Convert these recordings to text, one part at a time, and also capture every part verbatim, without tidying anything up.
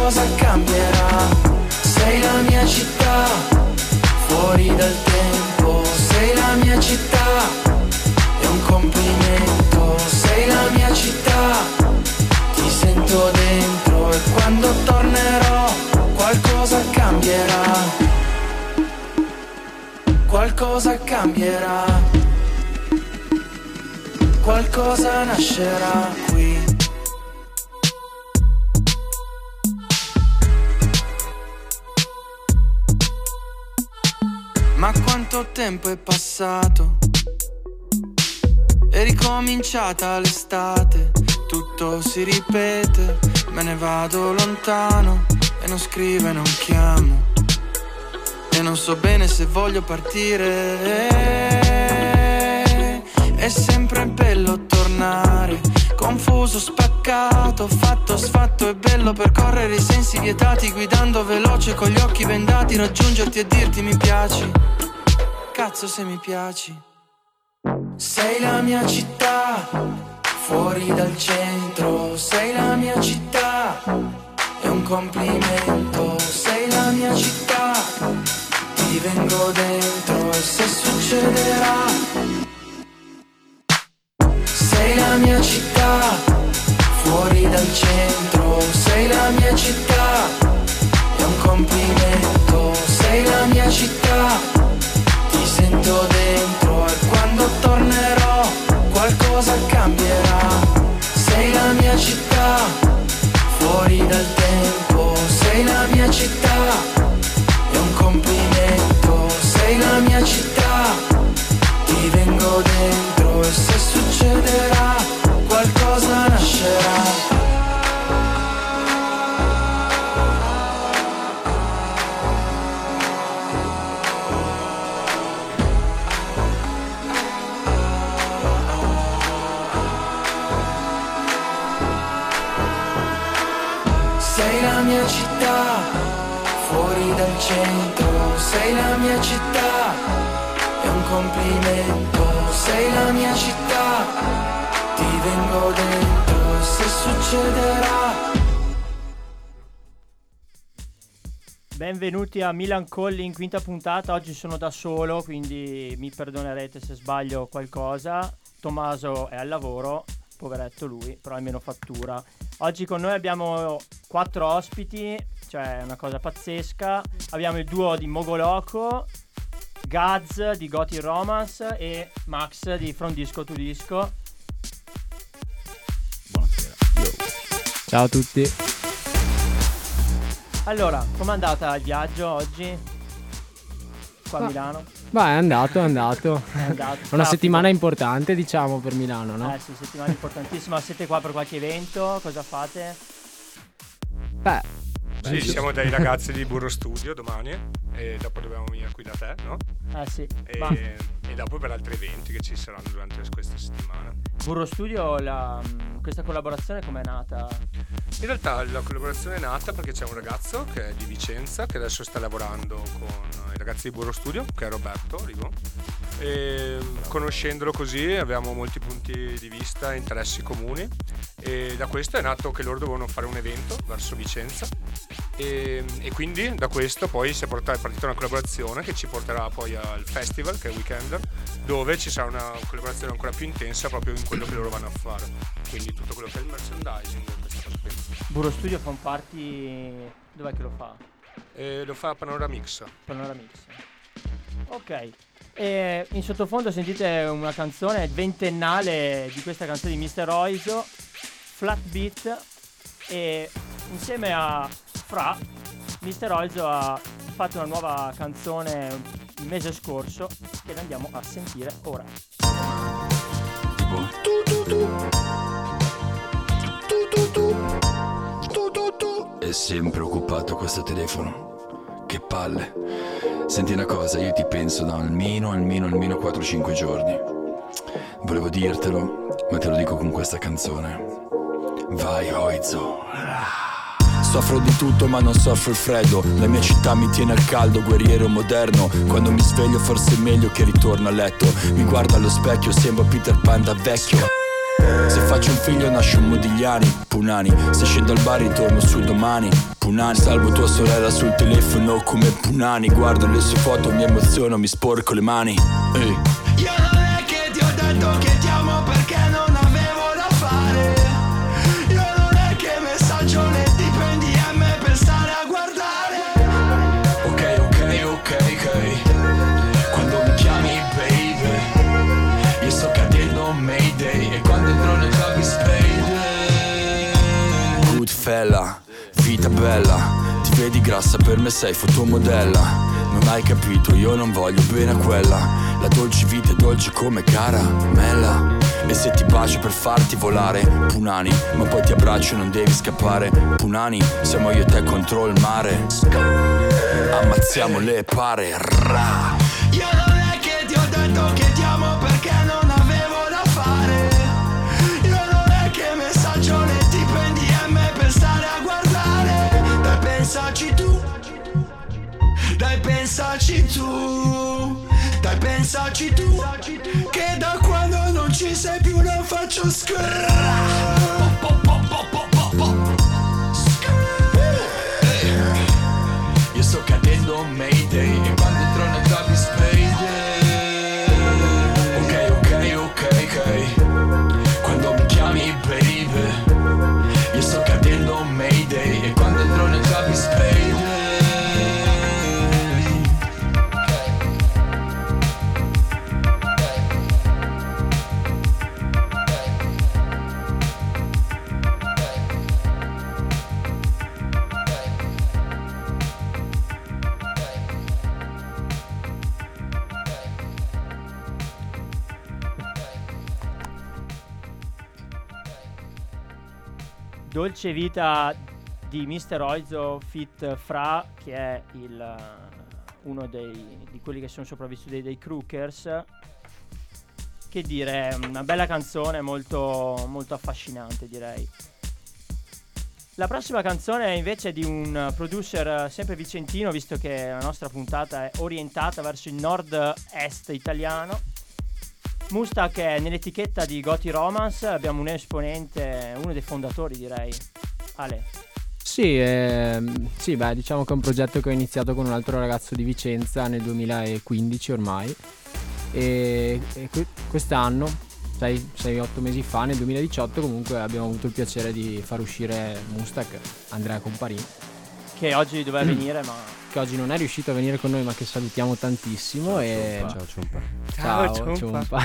qualcosa cambierà. Sei la mia città, fuori dal tempo. Sei la mia città, è un complimento. Sei la mia città, ti sento dentro. E quando tornerò qualcosa cambierà. Qualcosa cambierà. Qualcosa nascerà qui. Ma quanto tempo è passato? È ricominciata l'estate, tutto si ripete, me ne vado lontano e non scrivo e non chiamo. E non so bene se voglio partire. È sempre bello tornare, confuso, spaccato, fatto, sfatto. È bello percorrere i sensi vietati, guidando veloce con gli occhi vendati, raggiungerti e dirti mi piaci. Cazzo se mi piaci. Sei la mia città, fuori dal centro. Sei la mia città, è un complimento. Sei la mia città, ti vengo dentro. E se succederà. Sei la mia città, fuori dal centro. Sei la mia città, è un complimento. Sei la mia città, ti sento dentro. E quando tornerò qualcosa cambierà. Sei la mia città, fuori dal tempo. Sei la mia città, è un complimento. Sei la mia città, ti vengo dentro. E se succederà qualcosa nascerà. Sei la mia città, fuori dal centro. Sei la mia città, è un complimento. Sei la mia città, ti vengo dentro. E se succederà. Benvenuti a Milan Calling, quinta puntata. Oggi sono da solo, quindi mi perdonerete se sbaglio qualcosa. Tommaso è al lavoro, poveretto lui, però almeno fattura. Oggi con noi abbiamo quattro ospiti, cioè una cosa pazzesca. Abbiamo il duo di Mogoloco, Gaz di Gothic Romance e Max di From Disco to Disco. Buonasera. Yo. Ciao a tutti. Allora, com'è andata il viaggio oggi? Qua a Ma- Milano? Beh, è andato, è andato. È andato. Una Traffico. settimana importante, diciamo, per Milano, no? Eh sì, settimana importantissima. Siete qua per qualche evento? Cosa fate? Beh, Sì, beh, siamo dei ragazzi di Burro Studio domani e dopo dobbiamo venire qui da te, no? Eh sì, E, ma e dopo per altri eventi che ci saranno durante questa settimana. Burro Studio, la, questa collaborazione com'è nata? In realtà la collaborazione è nata perché c'è un ragazzo che è di Vicenza che adesso sta lavorando con i ragazzi di Burro Studio, che è Roberto Rigo, e conoscendolo così abbiamo molti punti di vista e interessi comuni, e da questo è nato che loro dovevano fare un evento verso Vicenza e, e quindi da questo poi si è, portata, è partita una collaborazione che ci porterà poi al festival, che è Weekender, dove ci sarà una collaborazione ancora più intensa proprio in quello che loro vanno a fare, quindi tutto quello che è il merchandising, questa cosa qui. Burro Studio fa un party, dov'è che lo fa? E lo fa Panoramix. Panoramix. Ok. E in sottofondo sentite una canzone ventennale di questa canzone di mister Oizo, Flat Beat, e insieme a Fra, mister Oizo ha fatto una nuova canzone il mese scorso che andiamo a sentire ora. È sempre occupato questo telefono. Che palle. Senti una cosa, io ti penso da almeno, almeno, almeno quattro cinque giorni. Volevo dirtelo, ma te lo dico con questa canzone. Vai, Oizo. Soffro di tutto ma non soffro il freddo. La mia città mi tiene al caldo, guerriero moderno. Quando mi sveglio forse è meglio che ritorno a letto. Mi guardo allo specchio, sembro Peter Pan da vecchio. Se faccio un figlio nasce un Modigliani. Punani, se scendo al bar ritorno su domani. Punani, salvo tua sorella sul telefono come Punani. Guardo le sue foto, mi emoziono, mi sporco le mani. Ehi. Io non è che ti ho detto che ti amo perché non avevo da fare. Io non è che messaggio le tipo in D M per stare a guardare. Ok, ok, ok, ok. Quando mi chiami baby, io sto cadendo Mayday. E quando entro nel club mi spade. Goodfella, vita bella. Ti vedi grassa, per me sei fotomodella. Non hai capito, io non voglio bene a quella. La dolce vita è dolce come caramella. E se ti bacio per farti volare, Punani, ma poi ti abbraccio e non devi scappare. Punani, siamo io e te contro il mare. Ammazziamo le pare. Ra. Io non è che ti ho detto che ti amo perché non avevo da fare. Io non è che messaggio le tipo in D M per stare a guardare. Dai pensaci tu, dai pensaci tu, dai pensaci tu, che da quando non ci sei più non faccio scrivere. Io sto cadendo Mayday e quando entro nel club mi spade. Ok, ok, ok, ok. Quando mi chiami baby, io sto cadendo Mayday e quando entro nel club mi spade. Dolce vita di mister Oizo Fit Fra, che è il, uno dei, di quelli che sono sopravvissuti dei Crookers. Che dire, è una bella canzone, molto, molto affascinante, direi. La prossima canzone è invece di un producer sempre vicentino, visto che la nostra puntata è orientata verso il nord-est italiano. Mustak è nell'etichetta di Gotti Romance, abbiamo un esponente, uno dei fondatori, direi. Ale. Sì, ehm, sì, beh, diciamo che è un progetto che ho iniziato con un altro ragazzo di Vicenza nel duemilaquindici ormai. E, e que- quest'anno, sei otto mesi fa, nel duemiladiciotto, comunque abbiamo avuto il piacere di far uscire Mustak, Andrea Comparin, che oggi doveva venire, ma che oggi non è riuscito a venire con noi, ma che salutiamo tantissimo. E Ciao Ciumpa. ciao, Ciao, Ciumpa.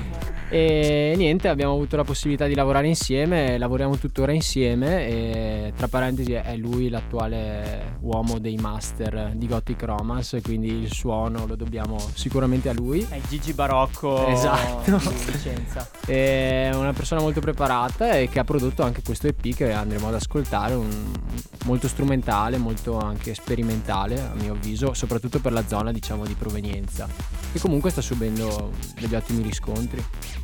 E niente, abbiamo avuto la possibilità di lavorare insieme, lavoriamo tuttora insieme e tra parentesi è lui l'attuale uomo dei master di Gothic Romance, quindi il suono lo dobbiamo sicuramente a lui. è Gigi Barocco. Esatto. Di Vicenza. È una persona molto preparata e che ha prodotto anche questo E P che andremo ad ascoltare, un, molto strumentale, molto anche sperimentale a mio avviso, soprattutto per la zona, diciamo, di provenienza, che comunque sta subendo degli ottimi riscontri.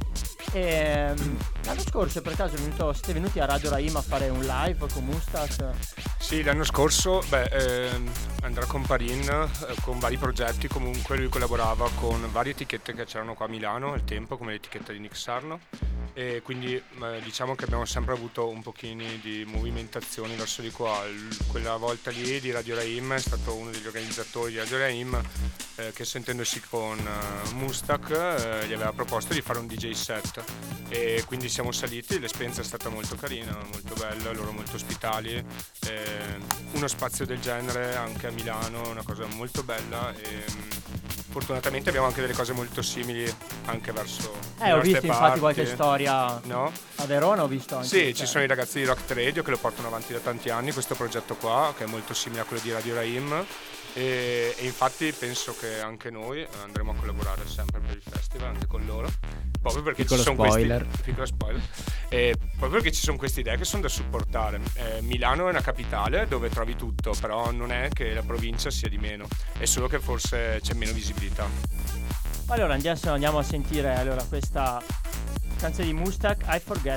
E, um, l'anno scorso per caso è venuto, siete venuti a Radio Raim a fare un live con Mustak? Sì, l'anno scorso beh, ehm, Andrea Comparin eh, con vari progetti, comunque lui collaborava con varie etichette che c'erano qua a Milano al tempo, come l'etichetta di Nick Sarno, e quindi eh, diciamo che abbiamo sempre avuto un pochino di movimentazioni verso di qua. L- quella volta lì di Radio Raim è stato uno degli organizzatori di Radio Raim eh, che, sentendosi con eh, Mustak eh, gli aveva proposto di fare un D J set, e quindi siamo saliti. L'esperienza è stata molto carina, molto bella, loro molto ospitali, eh, uno spazio del genere anche a Milano, una cosa molto bella, e fortunatamente abbiamo anche delle cose molto simili anche verso Eh, le ho nostre visto infatti parti. qualche storia No? a Verona, ho visto anche. Sì, cioè. ci sono i ragazzi di Rock Radio che lo portano avanti da tanti anni, questo progetto qua, che è molto simile a quello di Radio Raim, e, e infatti penso che anche noi andremo a collaborare sempre per il festival, anche con loro, proprio perché Piccolo ci sono spoiler. questi piccolo spoiler e proprio perché ci sono queste idee che sono da supportare. eh, Milano è una capitale dove trovi tutto, però non è che la provincia sia di meno, è solo che forse c'è meno visibilità. Allora andiamo, andiamo a sentire allora questa canzone di Mustak, I Forget.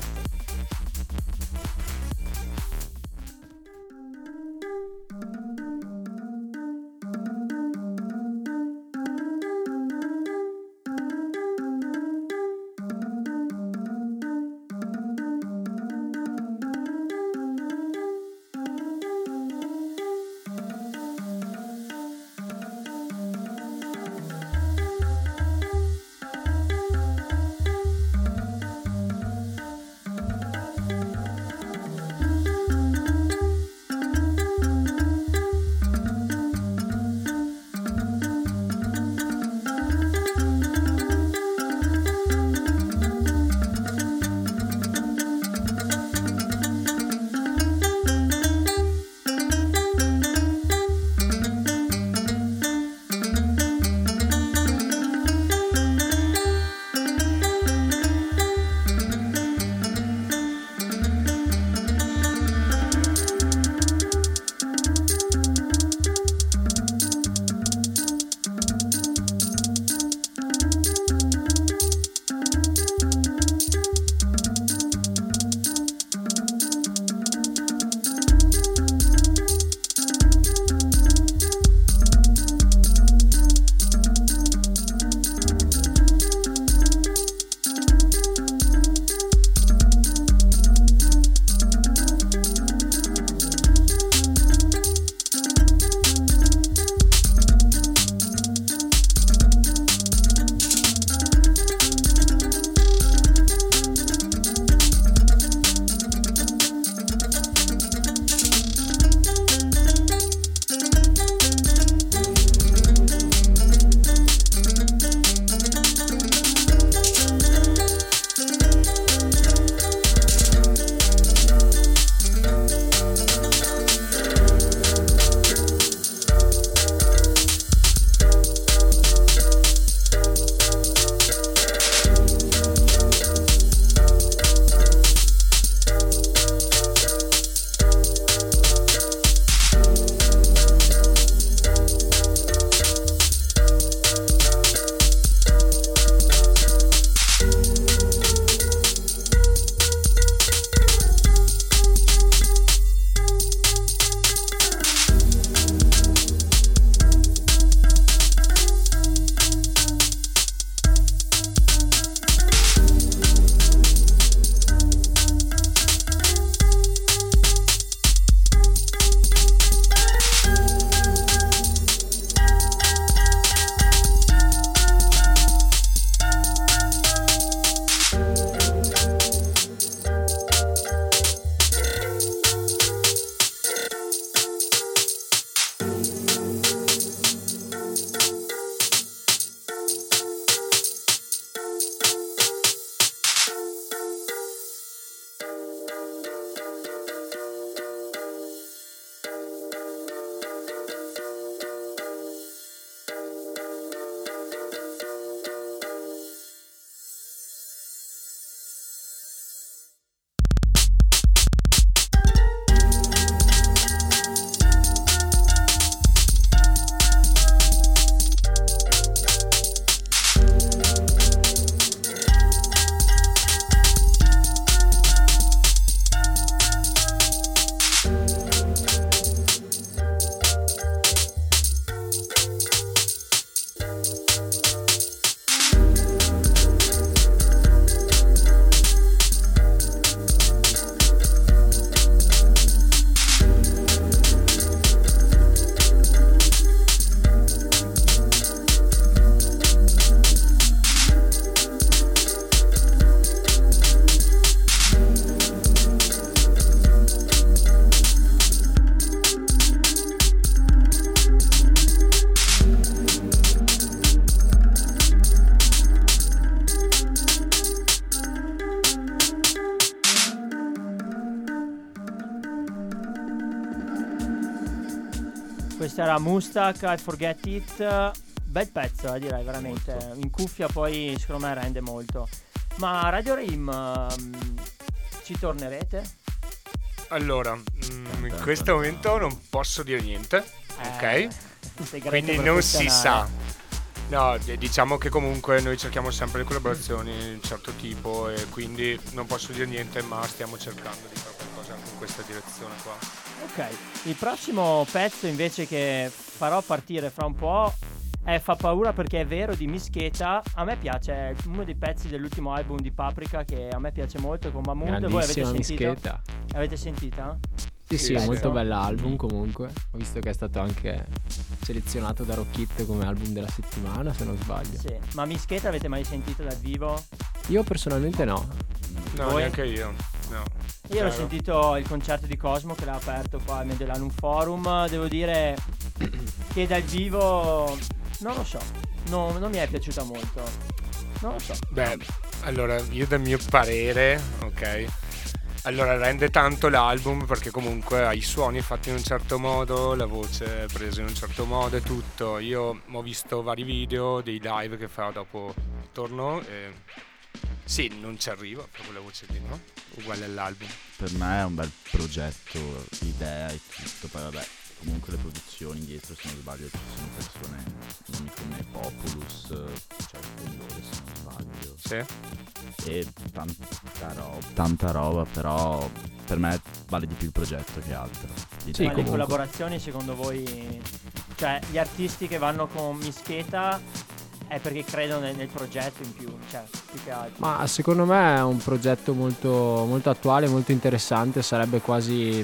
Questa era Mustak, I Forget It. Bel pezzo, eh, direi veramente. Molto. In cuffia poi secondo me rende molto. Ma Radio Rim, um, ci tornerete? Allora, mm, in questo momento non posso dire niente, eh, ok? Quindi non si sa. No, diciamo che comunque noi cerchiamo sempre le collaborazioni di un certo tipo e quindi non posso dire niente, ma stiamo cercando di fare qualcosa anche in questa direzione qua. Ok, il prossimo pezzo invece che farò partire fra un po' è Fa paura perché è vero di Mischeta. A me piace, è uno dei pezzi dell'ultimo album di Paprika che a me piace molto con Mahmood. Voi avete sentito? Mischeta. Avete sentita? Sì, sì, è molto bell'album comunque. Ho visto che è stato anche selezionato da Rock It come album della settimana, se non sbaglio. Sì, ma Mischeta avete mai sentito dal vivo? Io personalmente no. No, Voi? neanche io. No. Io Chiaro. L'ho sentito il concerto di Cosmo che l'ha aperto qua al Mediolanum Forum. Devo dire che dal vivo non lo so, no, non mi è piaciuta molto. Non lo so. Beh, allora io dal mio parere, ok. Allora rende tanto l'album perché comunque ha i suoni fatti in un certo modo, la voce presa in un certo modo e tutto. Io ho visto vari video dei live che fa dopo torno e sì, non ci arriva proprio la voce lì, no? Uguale all'album. Per me è un bel progetto, idea e tutto, poi vabbè, comunque le produzioni dietro, se non sbaglio, ci sono persone, nomi come Populus, cioè Condore, se non sbaglio. Sì. E tanta roba, tanta roba, però per me vale di più il progetto che altro. Sì, ma le collaborazioni secondo voi, cioè gli artisti che vanno con Mischeta è perché credono nel, nel progetto in più, cioè più che altro? Ma secondo me è un progetto molto, molto attuale, molto interessante. Sarebbe quasi,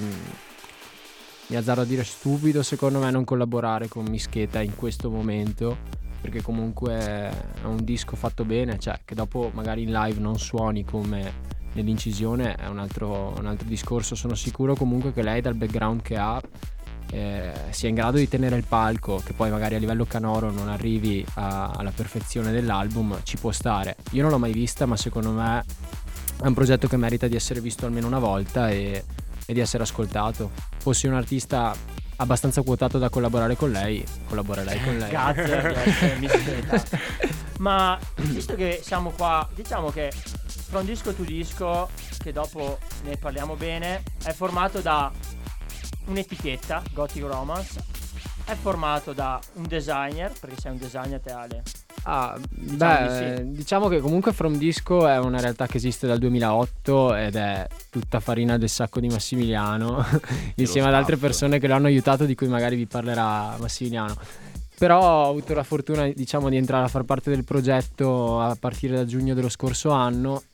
mi azzardo a dire, stupido secondo me non collaborare con Mischeta in questo momento, perché comunque è un disco fatto bene, cioè che dopo magari in live non suoni come nell'incisione è un altro, un altro discorso. Sono sicuro comunque che lei, dal background che ha, eh, sia in grado di tenere il palco, che poi magari a livello canoro non arrivi a, alla perfezione dell'album, ci può stare. Io non l'ho mai vista, ma secondo me è un progetto che merita di essere visto almeno una volta e, e di essere ascoltato. Fossi un artista abbastanza quotato da collaborare con lei, collaborerei con lei. Grazie, Mischeta. Ma visto che siamo qua, diciamo che From Disco to Disco, che dopo ne parliamo bene, è formato da un'etichetta, Gothic Romance, è formato da un designer, perché sei un designer te, Ale. Ah, diciamo beh, sì. Diciamo che comunque From Disco è una realtà che esiste dal duemilaotto ed è tutta farina del sacco di Massimiliano insieme ad altre persone che lo hanno aiutato, di cui magari vi parlerà Massimiliano. Però ho avuto la fortuna, diciamo, di entrare a far parte del progetto a partire da giugno dello scorso anno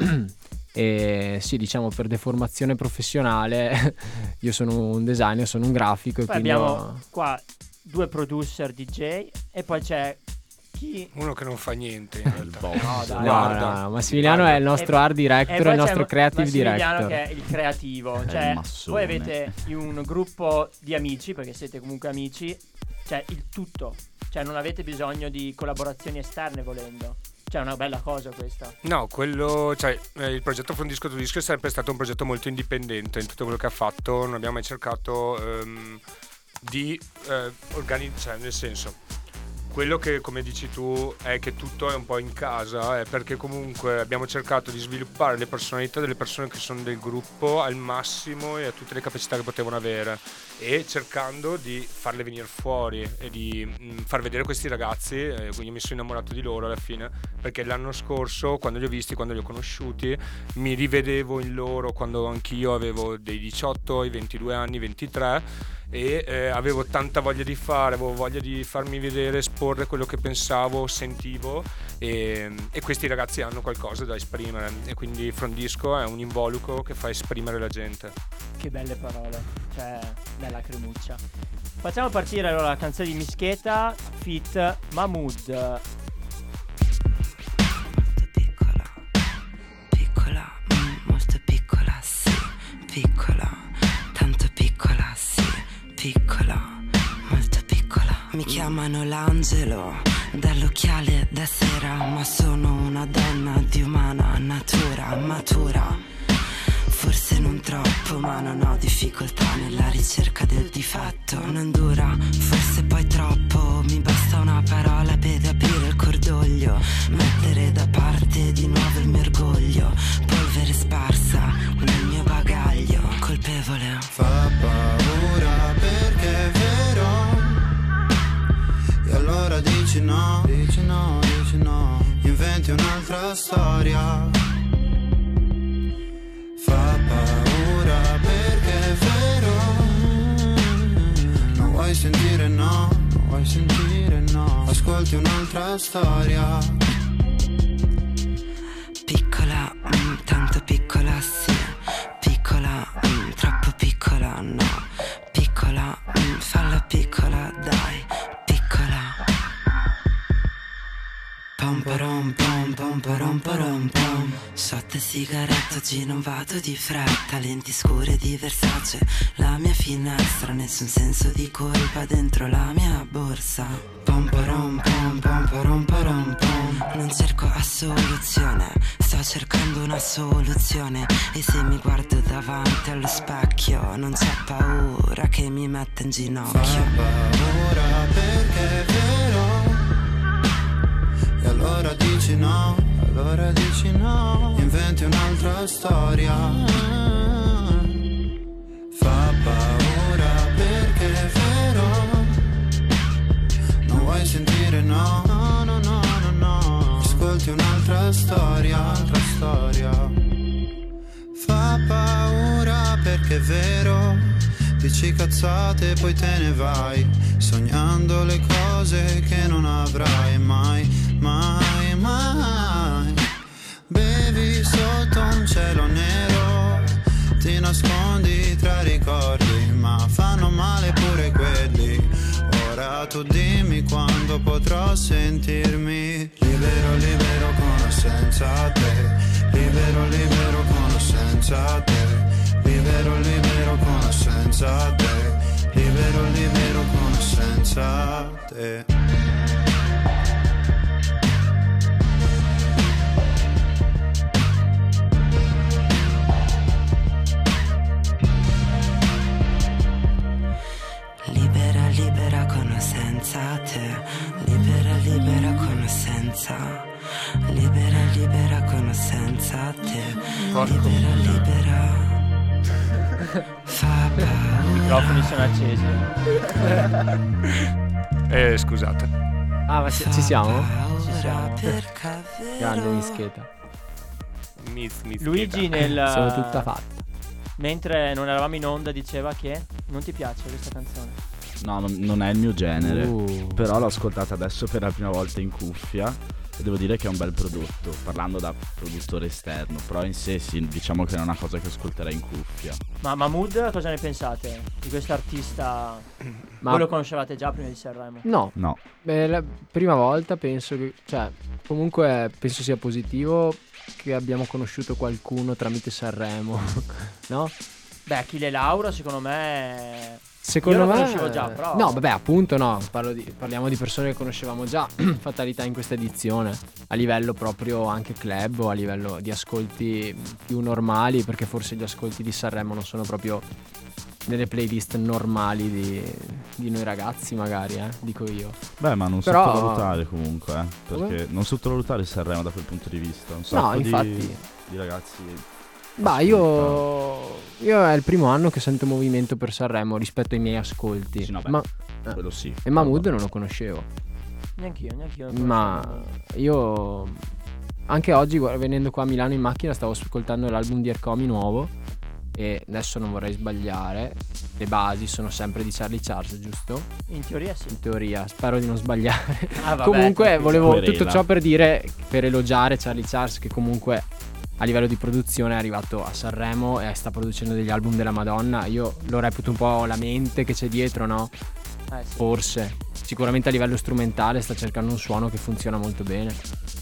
e sì, diciamo, per deformazione professionale io sono un designer, sono un grafico. Poi e quindi abbiamo ho... qua due producer D J e poi c'è chi... uno che non fa niente in realtà. No, dai, no, no, no, Massimiliano è il nostro art director e il nostro creative director. Massimiliano che è il creativo, cioè voi avete un gruppo di amici, perché siete comunque amici, cioè il tutto, cioè non avete bisogno di collaborazioni esterne volendo. Cioè è una bella cosa questa. No, quello, cioè eh, il progetto From Disco to Disco è sempre stato un progetto molto indipendente in tutto quello che ha fatto. Non abbiamo mai cercato ehm, di eh, organizzare, nel senso, quello che, come dici tu, è che tutto è un po' in casa, è perché comunque abbiamo cercato di sviluppare le personalità delle persone che sono del gruppo al massimo e a tutte le capacità che potevano avere, e cercando di farle venire fuori e di mh, far vedere questi ragazzi. Eh, quindi mi sono innamorato di loro alla fine, perché l'anno scorso, quando li ho visti, quando li ho conosciuti, mi rivedevo in loro quando anch'io avevo dei diciotto, i ventidue anni, ventitré, e eh, avevo tanta voglia di fare, avevo voglia di farmi vedere, esporre quello che pensavo, sentivo, e, e questi ragazzi hanno qualcosa da esprimere, e quindi From Disco è un involucro che fa esprimere la gente. Che belle parole, cioè bella cremuccia. Facciamo partire allora la canzone di Mischeta feat. Mahmood. Piccola, piccola, mm, molto piccola, sì, piccola, tanto piccola, sì, piccola, molto piccola. Mi chiamano l'angelo dall'occhiale da sera, ma sono una donna di umana natura, matura, forse non troppo ma non ho difficoltà nella ricerca del difetto. Non dura, forse poi troppo, mi basta una parola per aprire il cordoglio, mettere da parte di nuovo il mio orgoglio, polvere sparsa nel mio bagaglio, colpevole. Fa paura perché è vero, e allora dici no, dici no, dici no, inventi un'altra storia. Fa paura perché è vero, non vuoi sentire no, non vuoi sentire no, ascolti un'altra storia. Piccola, mm, tanto piccola sì, piccola, mm, troppo piccola no, piccola, mm, falla piccola dai, piccola. Pom parom pom pom parom parom pom. Shot e sigaretta, oggi non vado di fretta, lenti scure di Versace, la mia finestra, nessun senso di colpa dentro la mia borsa. Pom parom pom pom parom parom pom. Non cerco assoluzione, sto cercando una soluzione, e se mi guardo davanti allo specchio non c'è paura che mi metta in ginocchio. Fa paura perché è vero, e allora dici no, allora dici no, inventi un'altra storia. Fa paura perché è vero, non vuoi sentire no, no, no, no, no, no, ascolti un'altra storia, un'altra storia. Fa paura perché è vero, dici cazzate e poi te ne vai, sognando le cose che non avrai mai. Mai, mai. Bevi sotto un cielo nero, ti nascondi tra ricordi, ma fanno male pure quelli. Ora tu dimmi quando potrò sentirmi libero, libero con o senza te, libero, libero con o senza te, libero, libero con o senza te, libero, libero con o senza te. Libera con o senza te, libera, libera con o senza, libera, libera con o senza te, libera, libera, fa paura. I microfoni sono accesi. Eh, scusate. Ah, ma ci, ci siamo? Ci siamo. Grande mischeta. Miz, miz, Luigi nel Sono tutta fatta. mentre non eravamo in onda diceva che non ti piace questa canzone. No, non, non è il mio genere. Uh. Però l'ho ascoltata adesso per la prima volta in cuffia e devo dire che è un bel prodotto, parlando da produttore esterno. Però in sé sì, diciamo che è una cosa che ascolterei in cuffia. Ma Mahmood, cosa ne pensate di questo artista? Ma Voi lo conoscevate già prima di Sanremo? no, No. beh, la prima volta penso che, cioè, comunque penso sia positivo che abbiamo conosciuto qualcuno tramite Sanremo, no? Beh, Achille Lauro secondo me... Secondo Io lo me conoscevo già, però- No, vabbè, appunto no, parlo di- parliamo di persone che conoscevamo già. Fatalità in questa edizione, a livello proprio anche club o a livello di ascolti più normali, perché forse gli ascolti di Sanremo non sono proprio nelle playlist normali di, di noi ragazzi, magari, eh, dico io. Beh, ma non Però- sottovalutare comunque, eh, perché Come? non sottovalutare Sanremo da quel punto di vista. Un sacco di, infatti. di ragazzi. Bah, io io è il primo anno che sento movimento per Sanremo rispetto ai miei ascolti. Sì, no, beh, Ma quello sì. e Mahmood non lo conoscevo. Neanch'io, neanch'io. lo Ma conoscevo. io anche oggi, guarda, venendo qua a Milano in macchina, stavo ascoltando l'album di Ercomi nuovo. E adesso non vorrei sbagliare, le basi sono sempre di Charlie Charles, giusto? In teoria sì. In teoria, spero di non sbagliare. Ah, vabbè, Comunque tranquillo. volevo Querela. tutto ciò per dire, per elogiare Charlie Charles, che comunque a livello di produzione è arrivato a Sanremo e sta producendo degli album della Madonna. Io lo reputo un po' la mente che c'è dietro, no? Eh, sì. Forse. Sicuramente a livello strumentale sta cercando un suono che funziona molto bene.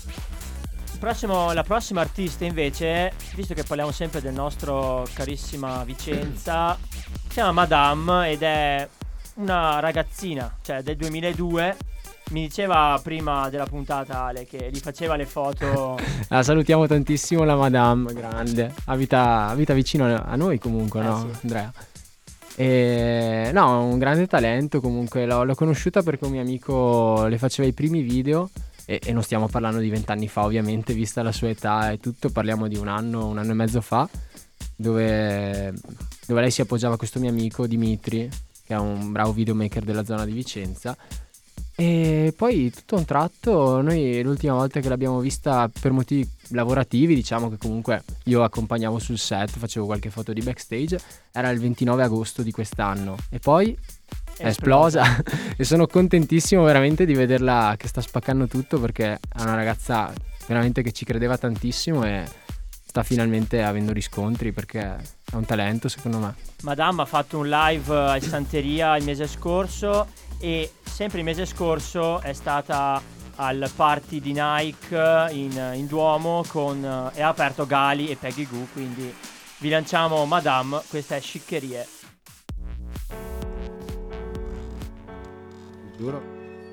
Il prossimo- la prossima artista invece, visto che parliamo sempre del nostro carissima Vicenza, si chiama Madame ed è una ragazzina, cioè del duemiladue, Mi diceva prima della puntata Ale che gli faceva le foto. La salutiamo tantissimo, la Madame, grande. Abita, abita vicino a noi comunque, Eh, no, sì. Andrea? E, no, un grande talento comunque. L'ho, l'ho conosciuta perché un mio amico le faceva i primi video. E, e non stiamo parlando di vent'anni fa, ovviamente, vista la sua età e tutto. Parliamo di un anno, un anno e mezzo fa, dove, dove lei si appoggiava a questo mio amico Dimitri, che è un bravo videomaker della zona di Vicenza. E poi tutto a un tratto, noi l'ultima volta che l'abbiamo vista per motivi lavorativi, diciamo che comunque io accompagnavo sul set, facevo qualche foto di backstage, era il ventinove agosto di quest'anno e poi è esplosa e sono contentissimo veramente di vederla che sta spaccando tutto, perché è una ragazza veramente che ci credeva tantissimo e sta finalmente avendo riscontri, perché è un talento secondo me. Madame ha fatto un live a Santeria il mese scorso e sempre il mese scorso è stata al party di Nike in, in Duomo con, e ha aperto Gali e Peggy Goo, quindi vi lanciamo Madame, questa è Sciccherie. Giuro.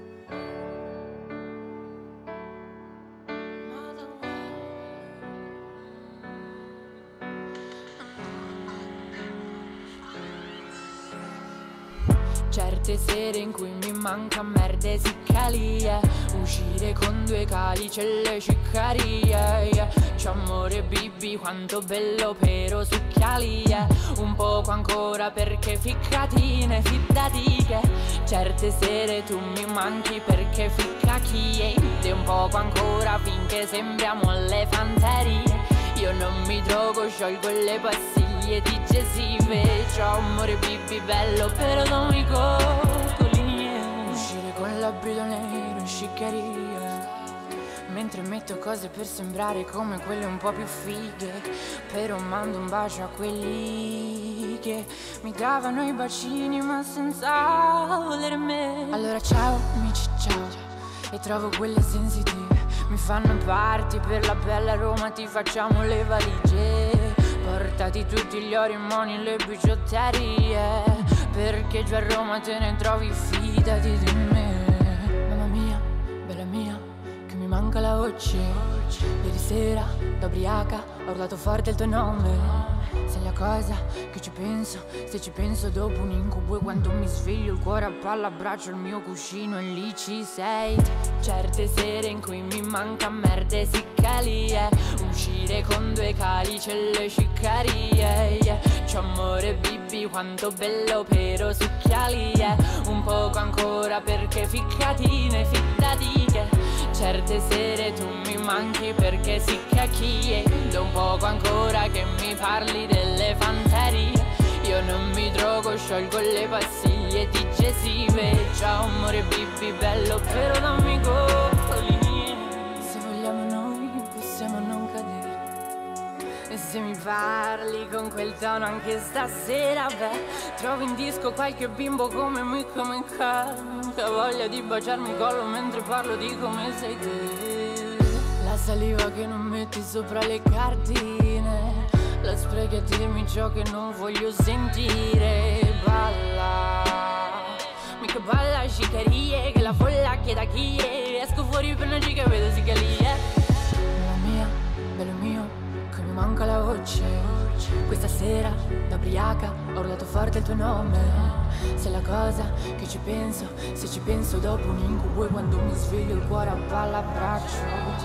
Certe sere in cui mi manca merde siccalia, uscire con due calici e le ciccarie. C'è amore bibi quanto bello però succhialia, un poco ancora perché ficcatine fiddati che certe sere tu mi manchi perché ficca chi è, e un poco ancora finché sembriamo alle fanterie. Io non mi drogo, sciolgo le pastiglie digestive. C'ho amore bibi bello però non mi coccoline. Uscire con l'abito nero in sciccheria, mentre metto cose per sembrare come quelle un po' più fighe, però mando un bacio a quelli che mi davano i bacini ma senza voler me. Allora ciao amici ciao, e trovo quelle sensitive, mi fanno party per la bella Roma, ti facciamo le valigie, portati tutti gli ori, i moni, le bigiotterie, perché già a Roma te ne trovi, fidati di me. Mamma mia, bella mia, che mi manca la voce. Ieri sera, da ubriaca, ho urlato forte il tuo nome. Sei la cosa che ci penso, se ci penso dopo un incubo, e quando mi sveglio il cuore a palla, abbraccio il mio cuscino e lì ci sei. Certe sere in cui mi manca merde siccalie, uscire con due calici e le ciccarie. C'ho amore bibi quanto bello però succhialie, un poco ancora perché ficcatine fiddati che certe sere tu mi manchi perché si cacchie, da un poco ancora che mi parli delle fanterie. Io non mi drogo, sciolgo le pastiglie digestive. Ciao amore bibi bello però non mi coccoline. Se vogliamo noi possiamo non cadere, e se mi parli con quel tono anche stasera, beh, trovo in disco qualche bimbo come me, come canta, voglia di baciarmi il collo mentre parlo di come sei te. La saliva che non metti sopra le cartine, la sprechi a dirmi ciò che non voglio sentire. Balla, mica balla sciccherie, che la folla chieda chi è. Esco fuori per una giga e vedo sigalie. Bella mia, bello mio, che mi manca la voce. Questa sera, da ubriaca, ho urlato forte il tuo nome. Sei la cosa che ci penso, se ci penso dopo un incubo, e quando mi sveglio il cuore a palla abbraccio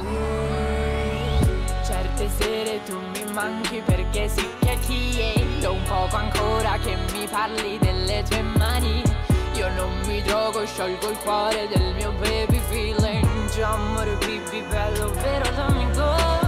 te. Certe sere tu mi manchi perché si chiacchiere, da un poco ancora che mi parli delle tue mani. Io non mi drogo, sciolgo il cuore del mio baby feeling. C'ho amore bibi bello vero dammi coccoline.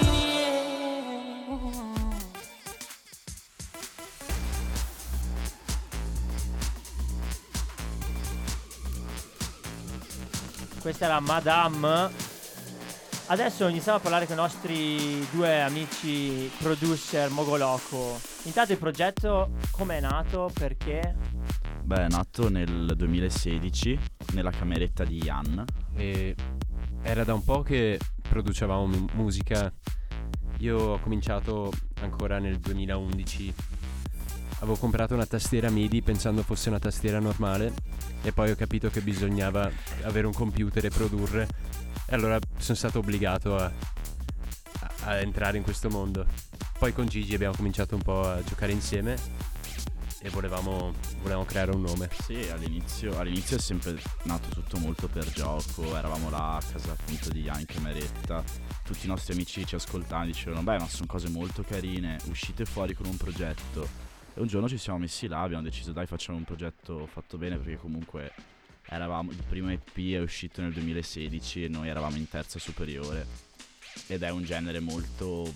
Questa era Madame. Adesso iniziamo a parlare con i nostri due amici producer Mogoloco. Intanto il progetto come è nato? Perché? Beh, è nato nel duemilasedici nella cameretta di Ian. E era da un po' che producevamo mu- musica. Io ho cominciato ancora nel duemilaundici. Avevo comprato una tastiera MIDI pensando fosse una tastiera normale e poi ho capito che bisognava avere un computer e produrre, e allora sono stato obbligato a, a, a entrare in questo mondo. Poi con Gigi abbiamo cominciato un po' a giocare insieme e volevamo, volevamo creare un nome. Sì, all'inizio, all'inizio è sempre nato tutto molto per gioco, eravamo là a casa appunto di Yank e Meretta, tutti i nostri amici ci ascoltavano e dicevano beh, ma sono cose molto carine, uscite fuori con un progetto. E un giorno ci siamo messi là, abbiamo deciso dai facciamo un progetto fatto bene, perché comunque eravamo, il primo E P è uscito nel duemilasedici e noi eravamo in terza superiore, ed è un genere molto,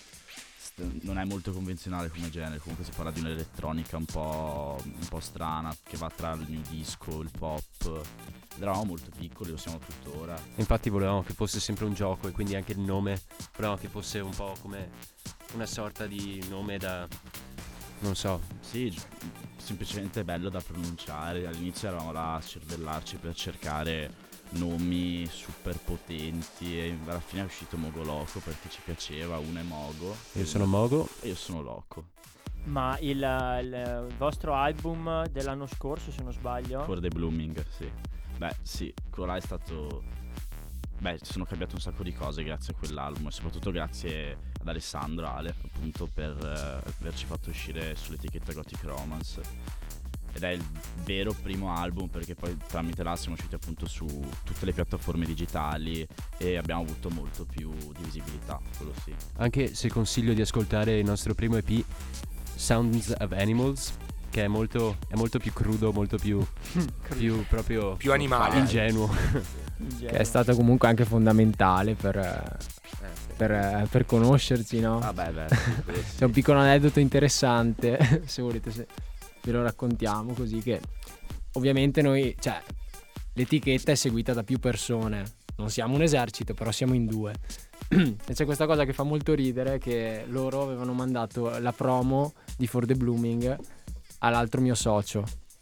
non è molto convenzionale come genere, comunque si parla di un'elettronica un po', un po' strana, che va tra il new disco, il pop, ed eravamo molto piccoli, lo siamo tuttora. Infatti volevamo che fosse sempre un gioco, e quindi anche il nome volevamo che fosse un po' come una sorta di nome da, non so. Sì, semplicemente bello da pronunciare. All'inizio eravamo là a cervellarci per cercare nomi super potenti e alla fine è uscito Mogo Loco perché ci piaceva. Uno è Mogo, Io sono Mogo e io sono Loco. Ma il, il, il vostro album dell'anno scorso, se non sbaglio, For the Blooming, sì. Beh sì, quello là è stato, beh ci sono cambiate un sacco di cose grazie a quell'album, e soprattutto grazie ad Alessandro Ale appunto per uh, averci fatto uscire sull'etichetta Gothic Romance, ed è il vero primo album perché poi tramite là siamo usciti appunto su tutte le piattaforme digitali e abbiamo avuto molto più di visibilità, quello sì. Anche se consiglio di ascoltare il nostro primo E P, Sounds of Animals, che è molto, è molto più crudo, molto più, più proprio più animale, ingenuo. Che è stato comunque anche fondamentale per, per, per conoscerci, no? Vabbè, beh, sì. C'è un piccolo aneddoto interessante, se volete se ve lo raccontiamo, così che ovviamente noi, cioè l'etichetta è seguita da più persone, non siamo un esercito, però siamo in due. E c'è questa cosa che fa molto ridere, che loro avevano mandato la promo di For the Blooming all'altro mio socio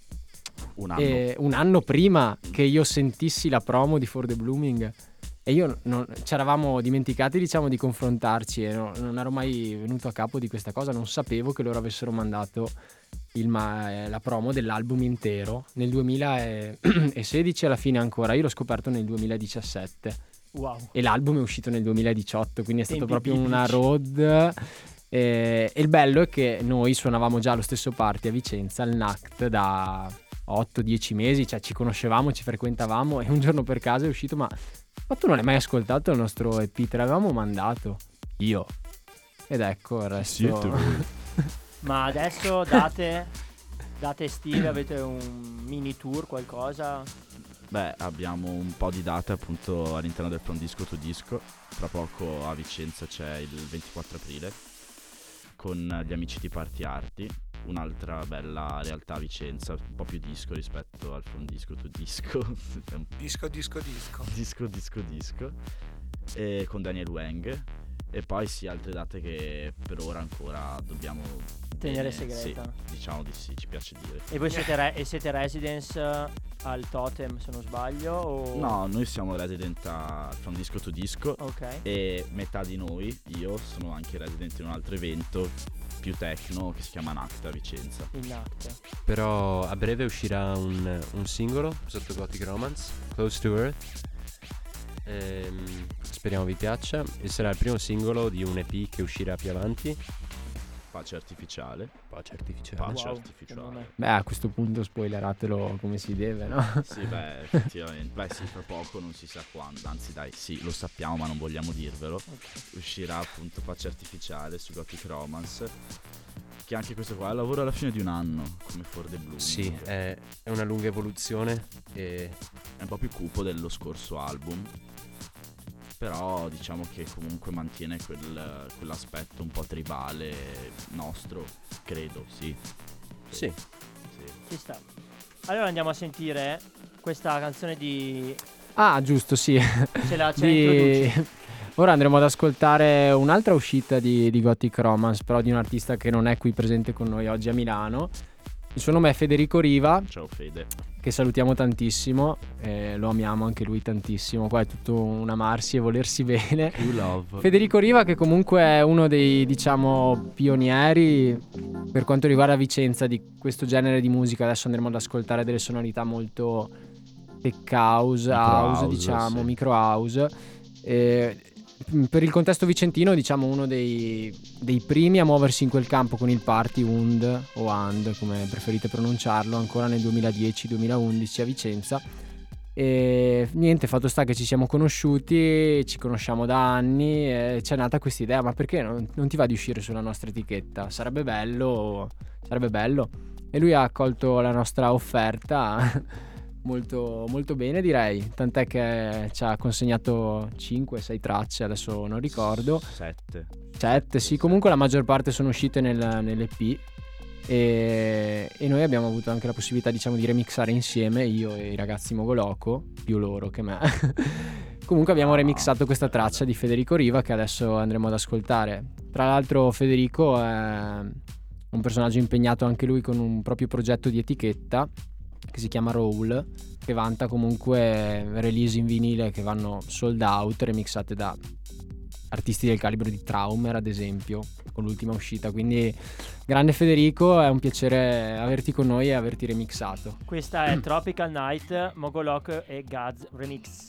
un anno. E un anno prima che io sentissi la promo di For the Blooming, e io non, ci eravamo dimenticati diciamo di confrontarci, e no, non ero mai venuto a capo di questa cosa, non sapevo che loro avessero mandato il ma- la promo dell'album intero nel duemilasedici, alla fine ancora io l'ho scoperto nel duemiladiciassette. Wow. E l'album è uscito nel duemiladiciotto, quindi è stato Tempi proprio biblici. una road. E, e il bello è che noi suonavamo già allo stesso party a Vicenza, al N A C T, da otto dieci mesi, cioè ci conoscevamo, ci frequentavamo, e un giorno per caso è uscito ma, ma tu non hai mai ascoltato il nostro E P? Te l'avevamo mandato io, ed ecco il resto. Siete voi. Ma adesso date date estive, avete un mini tour, qualcosa? Beh, abbiamo un po' di date appunto all'interno del From Disco to Disco. Tra poco a Vicenza c'è il ventiquattro aprile con gli amici di Party Arti, un'altra bella realtà a Vicenza, un po' più disco rispetto al From Disco to Disco. Disco, disco, disco. Disco, disco, disco. E con Daniel Weng. E poi sì, altre date che per ora ancora dobbiamo Tenere bene, segreta. Sì, diciamo di sì, ci piace dire. E voi siete, re- e siete residence eh, al Totem, se non sbaglio? O... No, noi siamo resident a From Disco to Disco. Ok. E metà di noi, io, sono anche resident in un altro evento più techno che si chiama N A C T a Vicenza. In N A C T. Però a breve uscirà un, un singolo sotto Gothic Romance, Close to Earth. Ehm, speriamo vi piaccia, e sarà il primo singolo di un E P che uscirà più avanti. Pace artificiale. Pace artificiale. Pace Wow, artificiale. Beh, a questo punto spoileratelo come si deve, no? Sì, beh, effettivamente. Beh, sì, tra poco, non si sa quando. Anzi, dai, sì, lo sappiamo, ma non vogliamo dirvelo. Okay. Uscirà appunto Pace artificiale su Gothic Romance. Che anche questo qua è un lavoro alla fine di un anno, come For the Blooming. Sì, è, è una lunga evoluzione e è un po' più cupo dello scorso album. Però diciamo che comunque mantiene quel, quell'aspetto un po' tribale nostro, credo, sì. sì. Sì. Ci sta. Allora andiamo a sentire questa canzone di... Ah, giusto, sì. Ce la, ce la Di- introduci? Ora andremo ad ascoltare un'altra uscita di, di Gothic Romance, però di un artista che non è qui presente con noi oggi a Milano. Il suo nome è Federico Riva, Ciao Fede. che salutiamo tantissimo, eh, lo amiamo anche lui tantissimo, qua è tutto un amarsi e volersi bene. You love. Federico Riva, che comunque è uno dei, diciamo, pionieri per quanto riguarda Vicenza di questo genere di musica. Adesso andremo ad ascoltare delle sonorità molto tech house, Micro house, house, diciamo, sì. micro house. Eh, per il contesto vicentino, diciamo, uno dei, dei primi a muoversi in quel campo con il Party Und o And, come preferite pronunciarlo, ancora nel duemiladieci duemilaundici a Vicenza. E niente, fatto sta che ci siamo conosciuti, ci conosciamo da anni e c'è nata questa idea: ma perché non, non ti va di uscire sulla nostra etichetta? Sarebbe bello, sarebbe bello. E lui ha accolto la nostra offerta molto, molto bene, direi, tant'è che ci ha consegnato cinque sei tracce, adesso non ricordo, Sette. sette, sì, comunque la maggior parte sono uscite nel, nell'E P. E, e noi abbiamo avuto anche la possibilità, diciamo, di remixare insieme, io e i ragazzi Mogoloco, più loro che me. Comunque abbiamo remixato questa traccia di Federico Riva che adesso andremo ad ascoltare. Tra l'altro Federico è un personaggio impegnato anche lui con un proprio progetto di etichetta che si chiama Roll, che vanta comunque release in vinile che vanno sold out, remixate da artisti del calibro di Traumer, ad esempio, con l'ultima uscita. Quindi grande Federico, è un piacere averti con noi e averti remixato. Questa è Tropical Night, Mogolok e Gaz Remix.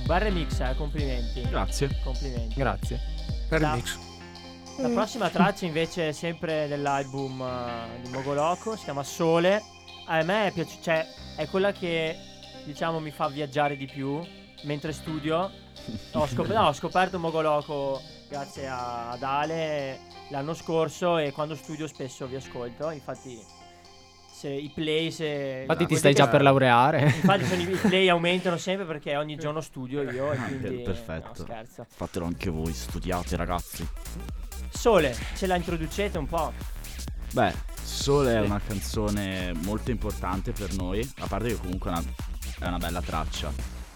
Bel remix, eh, complimenti. Grazie. Complimenti. Grazie. Per La- il mix. La prossima traccia invece è sempre dell'album uh, di Mogoloco, si chiama Sole. A me è piaciuta, cioè è quella che diciamo mi fa viaggiare di più mentre studio. Ho, scop- no, ho scoperto Mogoloco grazie a- ad Ale l'anno scorso e quando studio spesso vi ascolto, infatti se i play se Infatti ti quelli stai che- già per laureare. Infatti sono i i play aumentano sempre perché ogni giorno studio io e Ah, quindi per- perfetto. no, scherzo. Fatelo anche voi, studiate ragazzi. Sole, ce la introducete un po'? Beh, Sole è Sì. una canzone molto importante per noi, a parte che comunque è una, è una bella traccia.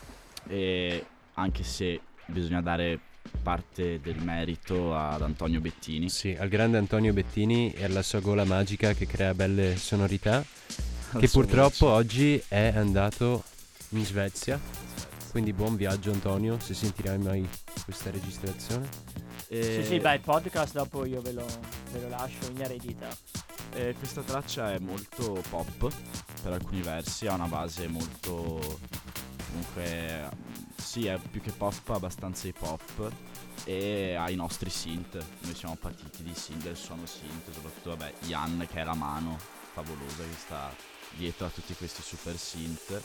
E anche se bisogna dare parte del merito ad Antonio Bettini. Sì, al grande Antonio Bettini e alla sua gola magica che crea belle sonorità, che sua purtroppo voce. oggi è andato in Svezia. Quindi buon viaggio Antonio, se sentirai mai questa registrazione. E Sì, sì, beh, il podcast dopo io ve lo, ve lo lascio in eredità. e questa traccia è molto pop per alcuni versi, ha una base molto, comunque sì, è più che pop, abbastanza hip hop, e ha i nostri synth. Noi siamo partiti di synth, del suono synth, soprattutto vabbè Ian che è la mano favolosa che sta dietro a tutti questi super synth,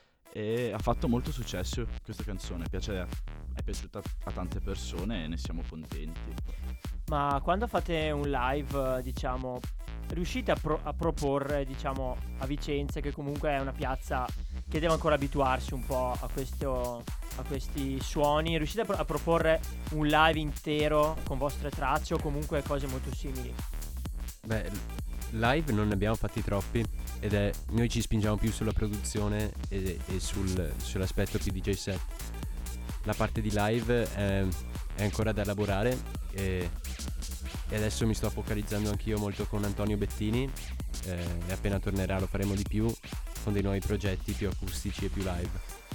e ha fatto molto successo questa canzone, piace, è piaciuta a tante persone e ne siamo contenti. Ma quando fate un live, eh, diciamo, riuscite a, pro- a proporre, diciamo, a Vicenza, che comunque è una piazza che deve ancora abituarsi un po' a, questo, a questi suoni, riuscite a, pro- a proporre un live intero con vostre tracce o comunque cose molto simili? Beh, live non ne abbiamo fatti troppi ed è noi ci spingiamo più sulla produzione e, e sul, sull'aspetto più D J set. La parte di live è, è ancora da elaborare e, e adesso mi sto focalizzando anch'io molto con Antonio Bettini eh, e appena tornerà lo faremo di più con dei nuovi progetti più acustici e più live.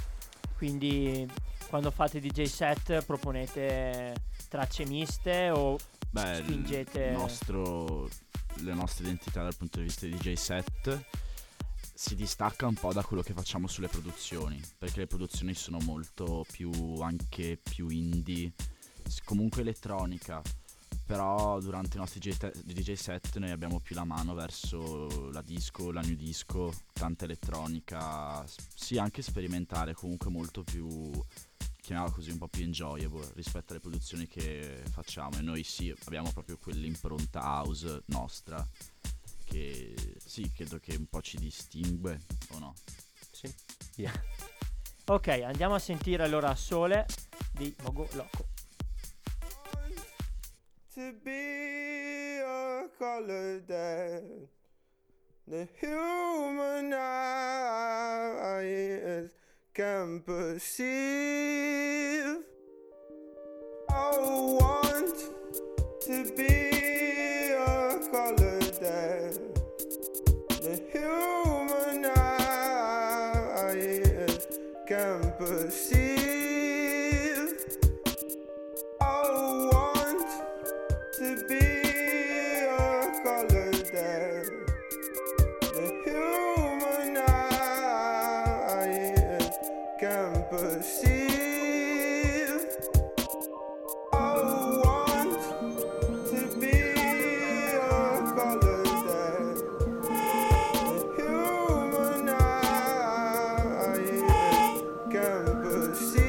Quindi quando fate D J set proponete tracce miste o Beh, spingete... il nostro, le nostre identità dal punto di vista di D J set si distacca un po' da quello che facciamo sulle produzioni, perché le produzioni sono molto più, anche più indie, s- comunque elettronica, però durante i nostri D J set noi abbiamo più la mano verso la disco, la new disco, tanta elettronica, s- sì, anche sperimentale, comunque molto più, chiamiamola così, un po' più enjoyable rispetto alle produzioni che facciamo, e noi sì, abbiamo proprio quell'impronta house nostra che sì, credo che un po' ci distingue, o no? Sì. Yeah. Ok, andiamo a sentire allora Sole di Mogoloco. To be a color that the human eyes can perceive. I want to be a color that the human eyes can perceive. I want to be a color that the human eyes can perceive. I want to be a color that the human eyes can perceive.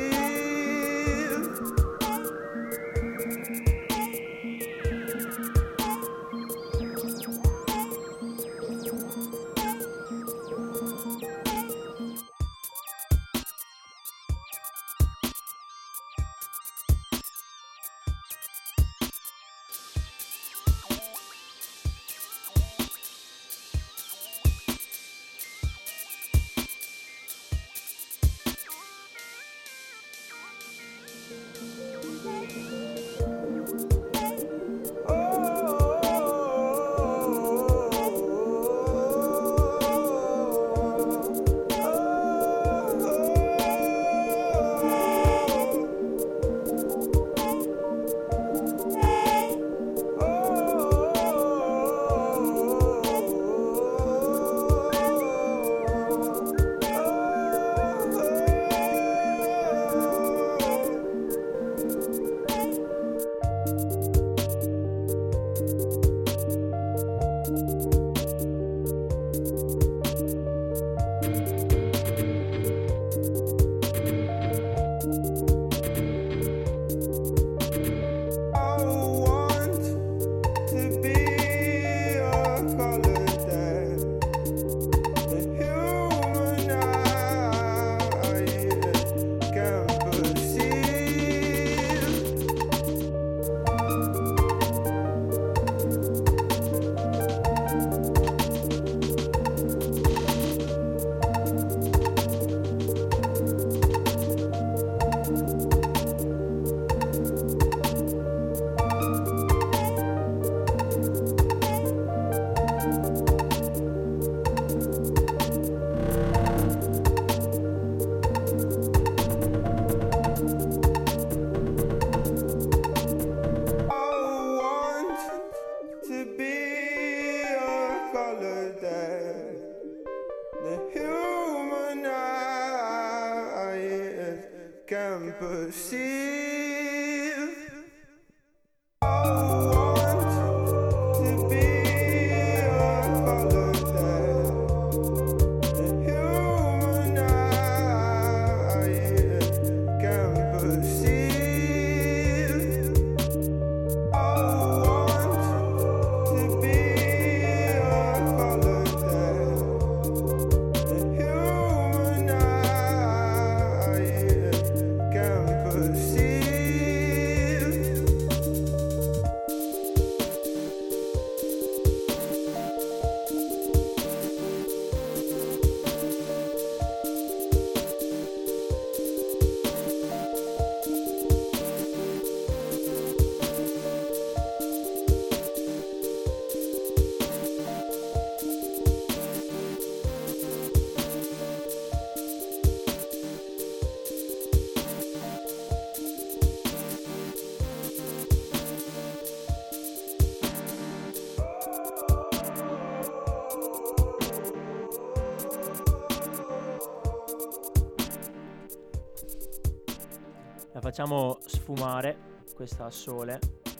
La facciamo sfumare questa a sole.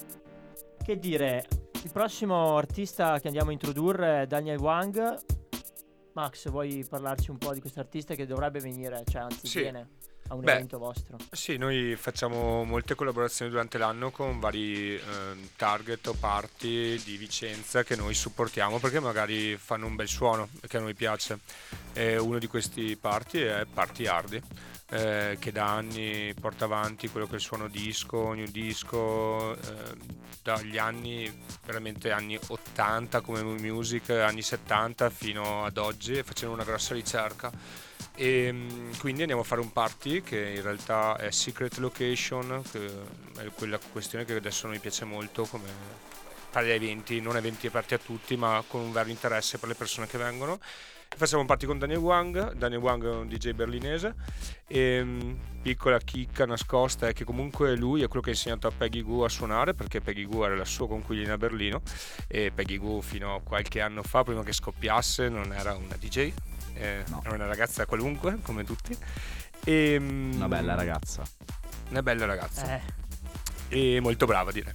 Che dire, il prossimo artista che andiamo a introdurre è Daniel Wang. Max, vuoi parlarci un po' di questo artista che dovrebbe venire, cioè anzi Sì. viene a un Beh, evento vostro? Sì, noi facciamo molte collaborazioni durante l'anno con vari eh, target o party di Vicenza che noi supportiamo perché magari fanno un bel suono e che a noi piace. E uno di questi party è Party Hardy, eh, che da anni porta avanti quello che è il suono disco, new disco, eh, dagli anni, veramente anni ottanta come music, anni settanta fino ad oggi, facendo una grossa ricerca. E quindi andiamo a fare un party che in realtà è Secret Location, che è quella questione che adesso a noi piace molto come fare gli eventi, non eventi aperti a tutti ma con un vero interesse per le persone che vengono. Facciamo un party con Daniel Wang. Daniel Wang è un D J berlinese e piccola chicca nascosta è che comunque lui è quello che ha insegnato a Peggy Gou a suonare, perché Peggy Gou era la sua conquiglina a Berlino e Peggy Gou fino a qualche anno fa, prima che scoppiasse, non era una D J. Eh, no. Era una ragazza qualunque come tutti e, una bella ragazza una bella ragazza eh. e molto brava direi.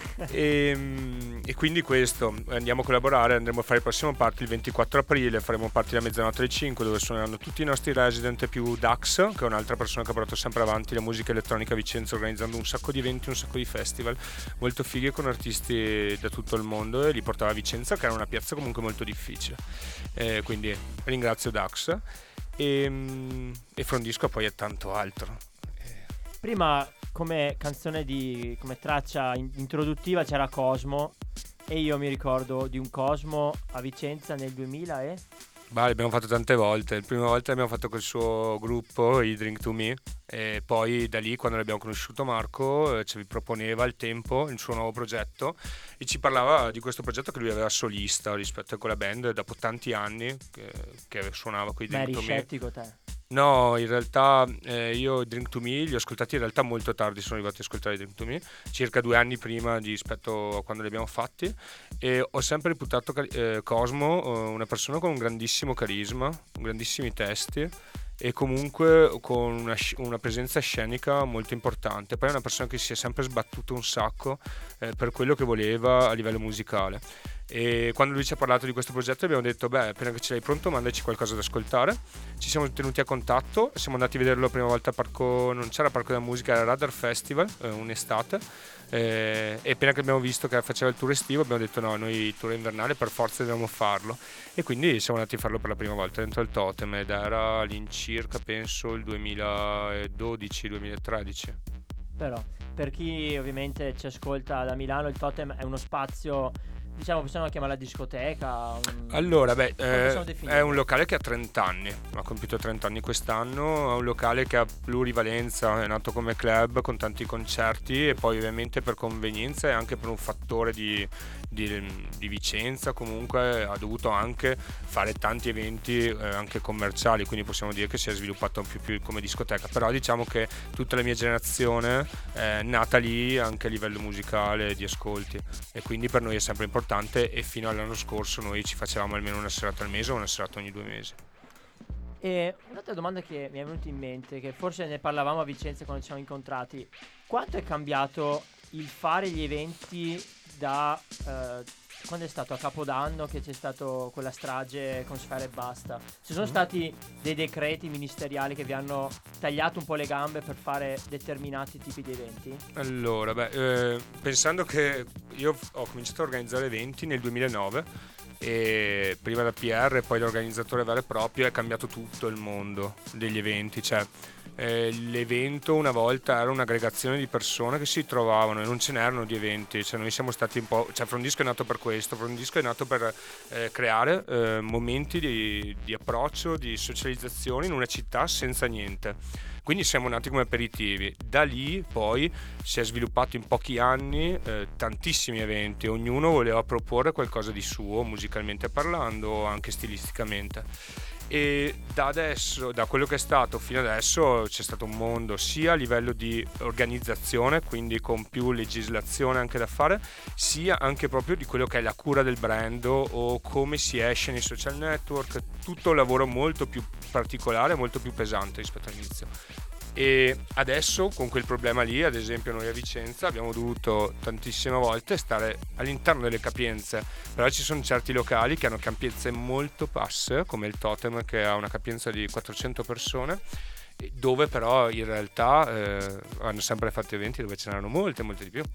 e, e quindi questo, andiamo a collaborare, andremo a fare il prossimo party il ventiquattro aprile, faremo un party alla mezzanotte alle cinque dove suoneranno tutti i nostri resident più Dax, che è un'altra persona che ha portato sempre avanti la musica elettronica a Vicenza organizzando un sacco di eventi, un sacco di festival molto fighi con artisti da tutto il mondo e li portava a Vicenza che era una piazza comunque molto difficile, eh, quindi ringrazio Dax e, e Frondisco poi è tanto altro. Prima come canzone di come traccia in- introduttiva c'era Cosmo e io mi ricordo di un Cosmo a Vicenza nel duemila e Bah, l'abbiamo fatto tante volte. La prima volta l'abbiamo fatto col suo gruppo I Drink to Me e poi da lì quando l'abbiamo conosciuto Marco eh, ci proponeva al tempo il suo nuovo progetto e ci parlava di questo progetto che lui aveva solista rispetto a quella band dopo tanti anni che, che suonava con I ma Drink eri to Me. scettico te? No, in realtà eh, io i Drink to Me li ho ascoltati in realtà molto tardi, sono arrivati ad ascoltare i Drink to Me, circa due anni prima di, rispetto a quando li abbiamo fatti e ho sempre reputato eh, Cosmo eh, una persona con un grandissimo carisma, grandissimi testi e comunque con una, una presenza scenica molto importante. Poi è una persona che si è sempre sbattuto un sacco eh, per quello che voleva a livello musicale. E quando lui ci ha parlato di questo progetto abbiamo detto beh, appena che ce l'hai pronto mandaci qualcosa da ascoltare. Ci siamo tenuti a contatto, siamo andati a vederlo la prima volta al parco, non c'era Parco della Musica, era Radar Festival, eh, un'estate eh, e appena che abbiamo visto che faceva il tour estivo abbiamo detto no, noi il tour invernale per forza dobbiamo farlo e quindi siamo andati a farlo per la prima volta dentro il Totem ed era all'incirca penso il duemiladodici duemilatredici. Però per chi ovviamente ci ascolta da Milano il Totem è uno spazio, diciamo, possiamo chiamarla discoteca? Un... Allora, beh, eh, è un locale che ha trenta anni, ha compiuto trenta anni quest'anno, è un locale che ha plurivalenza, è nato come club con tanti concerti e poi ovviamente per convenienza e anche per un fattore di, di, di Vicenza comunque ha dovuto anche fare tanti eventi eh, anche commerciali, quindi possiamo dire che si è sviluppato più, più come discoteca, però diciamo che tutta la mia generazione è nata lì anche a livello musicale di ascolti e quindi per noi è sempre importante e fino all'anno scorso noi ci facevamo almeno una serata al mese o una serata ogni due mesi. E un'altra domanda che mi è venuta in mente, che forse ne parlavamo a Vicenza quando ci siamo incontrati: quanto è cambiato il fare gli eventi da eh, quando è stato a Capodanno, che c'è stato quella strage con Sfera e Basta? Ci sono stati dei decreti ministeriali che vi hanno tagliato un po' le gambe per fare determinati tipi di eventi? Allora, beh, eh, pensando che io ho cominciato a organizzare eventi nel duemilanove, e prima da P R e poi l'organizzatore vero e proprio, è cambiato tutto il mondo degli eventi. Cioè eh, l'evento una volta era un'aggregazione di persone che si trovavano e non ce n'erano di eventi. Cioè noi siamo stati un po', cioè Frondisco è nato per questo. Frondisco è nato per eh, creare eh, momenti di, di approccio, di socializzazione in una città senza niente. Quindi siamo nati come aperitivi. Da lì poi si è sviluppato in pochi anni eh, tantissimi eventi. Ognuno voleva proporre qualcosa di suo, musicalmente parlando o anche stilisticamente. E da adesso, da quello che è stato fino adesso, c'è stato un mondo sia a livello di organizzazione, quindi con più legislazione anche da fare, sia anche proprio di quello che è la cura del brand o come si esce nei social network. Tutto un lavoro molto più particolare, molto più pesante rispetto all'inizio. E adesso con quel problema lì, ad esempio noi a Vicenza abbiamo dovuto tantissime volte stare all'interno delle capienze, però ci sono certi locali che hanno capienze molto basse, come il Totem, che ha una capienza di quattrocento persone, dove però in realtà eh, hanno sempre fatto eventi dove ce n'erano molte, molte di più.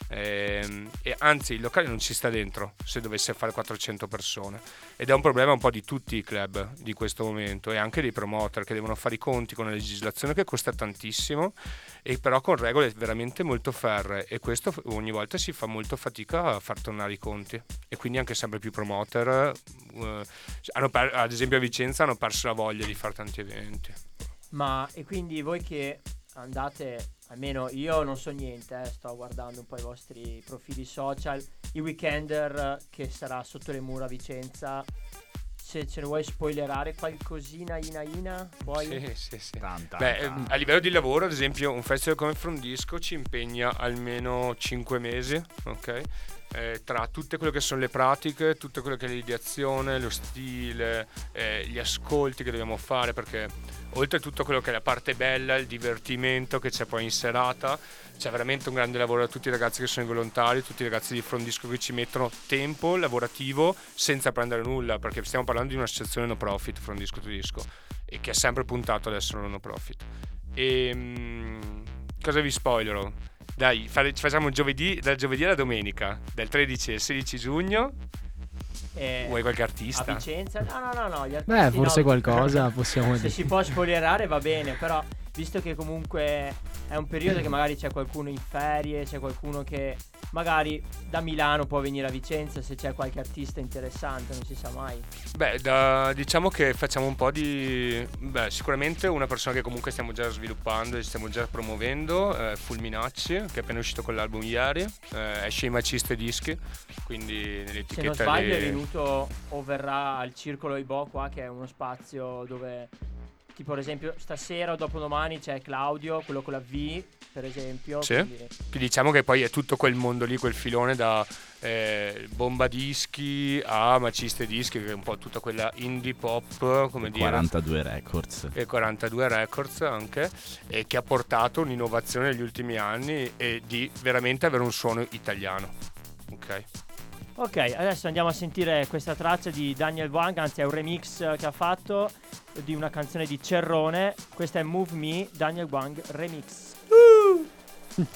E, e anzi il locale non ci sta dentro se dovesse fare quattrocento persone, ed è un problema un po' di tutti i club di questo momento, e anche dei promoter che devono fare i conti con una legislazione che costa tantissimo e però con regole veramente molto ferree, e questo ogni volta si fa molto fatica a far tornare i conti, e quindi anche sempre più promoter uh, hanno per, ad esempio a Vicenza hanno perso la voglia di fare tanti eventi. Ma e quindi voi che andate, almeno io non so niente, eh, sto guardando un po' i vostri profili social, i Weekender che sarà sotto le mura a Vicenza, se ce ne vuoi spoilerare qualcosina ina ina poi? Sì, sì, sì. Tanta, Beh, tanta. a livello di lavoro, ad esempio, un festival come Frondisco ci impegna almeno cinque mesi, ok? Eh, tra tutte quelle che sono le pratiche, tutte quelle che è l'ideazione, lo stile, eh, gli ascolti che dobbiamo fare, perché oltre a tutto quello che è la parte bella, il divertimento che c'è poi in serata, c'è veramente un grande lavoro da tutti i ragazzi che sono i volontari, tutti i ragazzi di Frondisco che ci mettono tempo lavorativo senza prendere nulla, perché stiamo parlando di un'associazione no profit, Frondisco Tedesco, e che è sempre puntato ad essere no profit. E mh, cosa vi spoilerò? Dai, fare, facciamo giovedì, dal giovedì alla domenica, dal tredici al sedici giugno. Eh, Vuoi qualche artista? A Vicenza? No, no, no, no, gli artisti Beh, forse no. qualcosa possiamo Se dire. si può spoilerare va bene, però visto che comunque è un periodo che magari c'è qualcuno in ferie, c'è qualcuno che magari da Milano può venire a Vicenza, se c'è qualche artista interessante, non si sa mai. Beh, da, diciamo che facciamo un po' di... Beh, sicuramente una persona che comunque stiamo già sviluppando e stiamo già promuovendo è Fulminacci, che è appena uscito con l'album ieri, eh, esce i Maciste Dischi, quindi nell'etichetta... Se non sbaglio lì... è venuto o verrà al Circolo Ibo qua, che è uno spazio dove... Tipo ad esempio stasera o dopodomani c'è Claudio, quello con la V per esempio. Sì, quindi... diciamo che poi è tutto quel mondo lì, quel filone da eh, bomba dischi a maciste dischi, che è un po' tutta quella indie pop, come dire. quarantadue Records. E quarantadue Records anche, e che ha portato un'innovazione negli ultimi anni e di veramente avere un suono italiano. Ok. Ok, adesso andiamo a sentire questa traccia di Daniel Wang, anzi è un remix che ha fatto di una canzone di Cerrone. Questa è Move Me, Daniel Wang remix. Uh!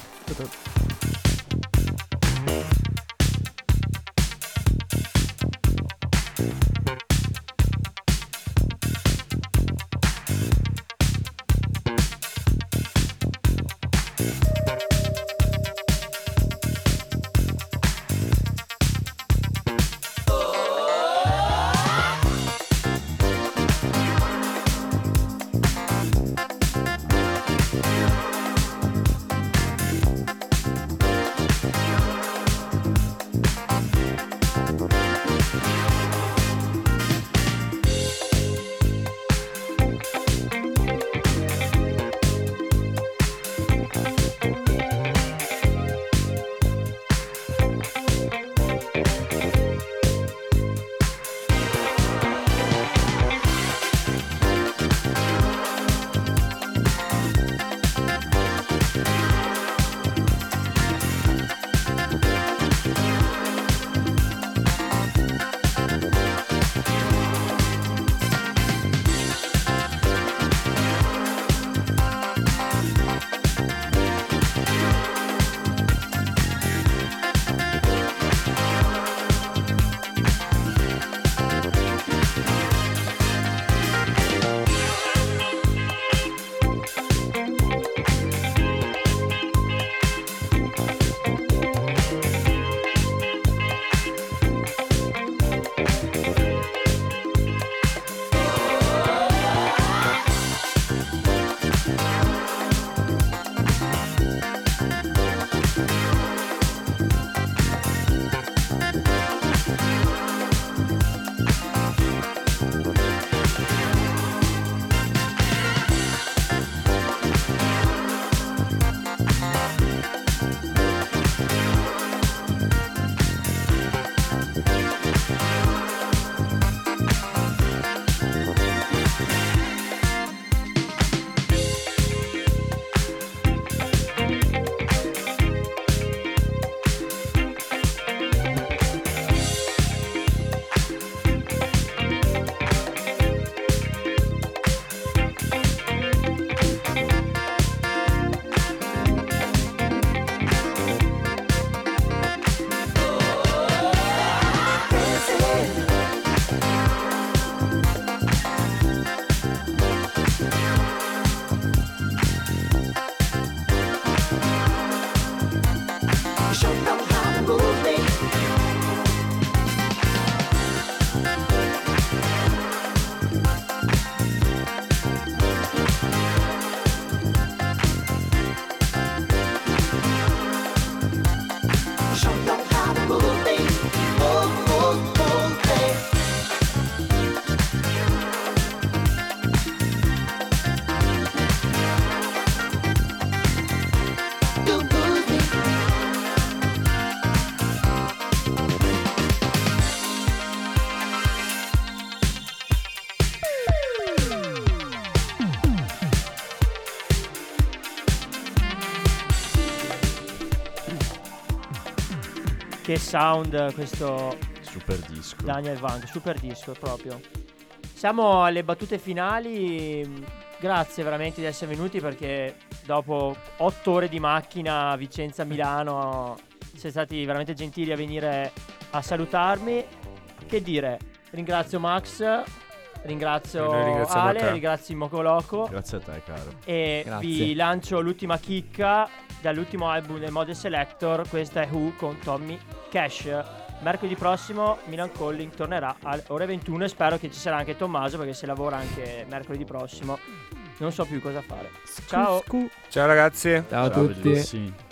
che sound questo Super disco. Daniel Vang, super disco proprio. Siamo alle battute finali. Grazie veramente di essere venuti, perché dopo otto ore di macchina Vicenza-Milano siete stati veramente gentili a venire a salutarmi. Che dire, ringrazio Max, ringrazio Noi ringraziamo Ale, te. ringrazio Mocoloco Grazie a te, caro. e Grazie. vi lancio l'ultima chicca dall'ultimo album del Mode Selector. Questa è Who con Tommy Cash. Mercoledì prossimo Milan Calling tornerà alle ore ventuno e spero che ci sarà anche Tommaso, perché se lavora anche mercoledì prossimo non so più cosa fare. Ciao. Ciao ragazzi. Ciao a Ciao, tutti. bellissimi.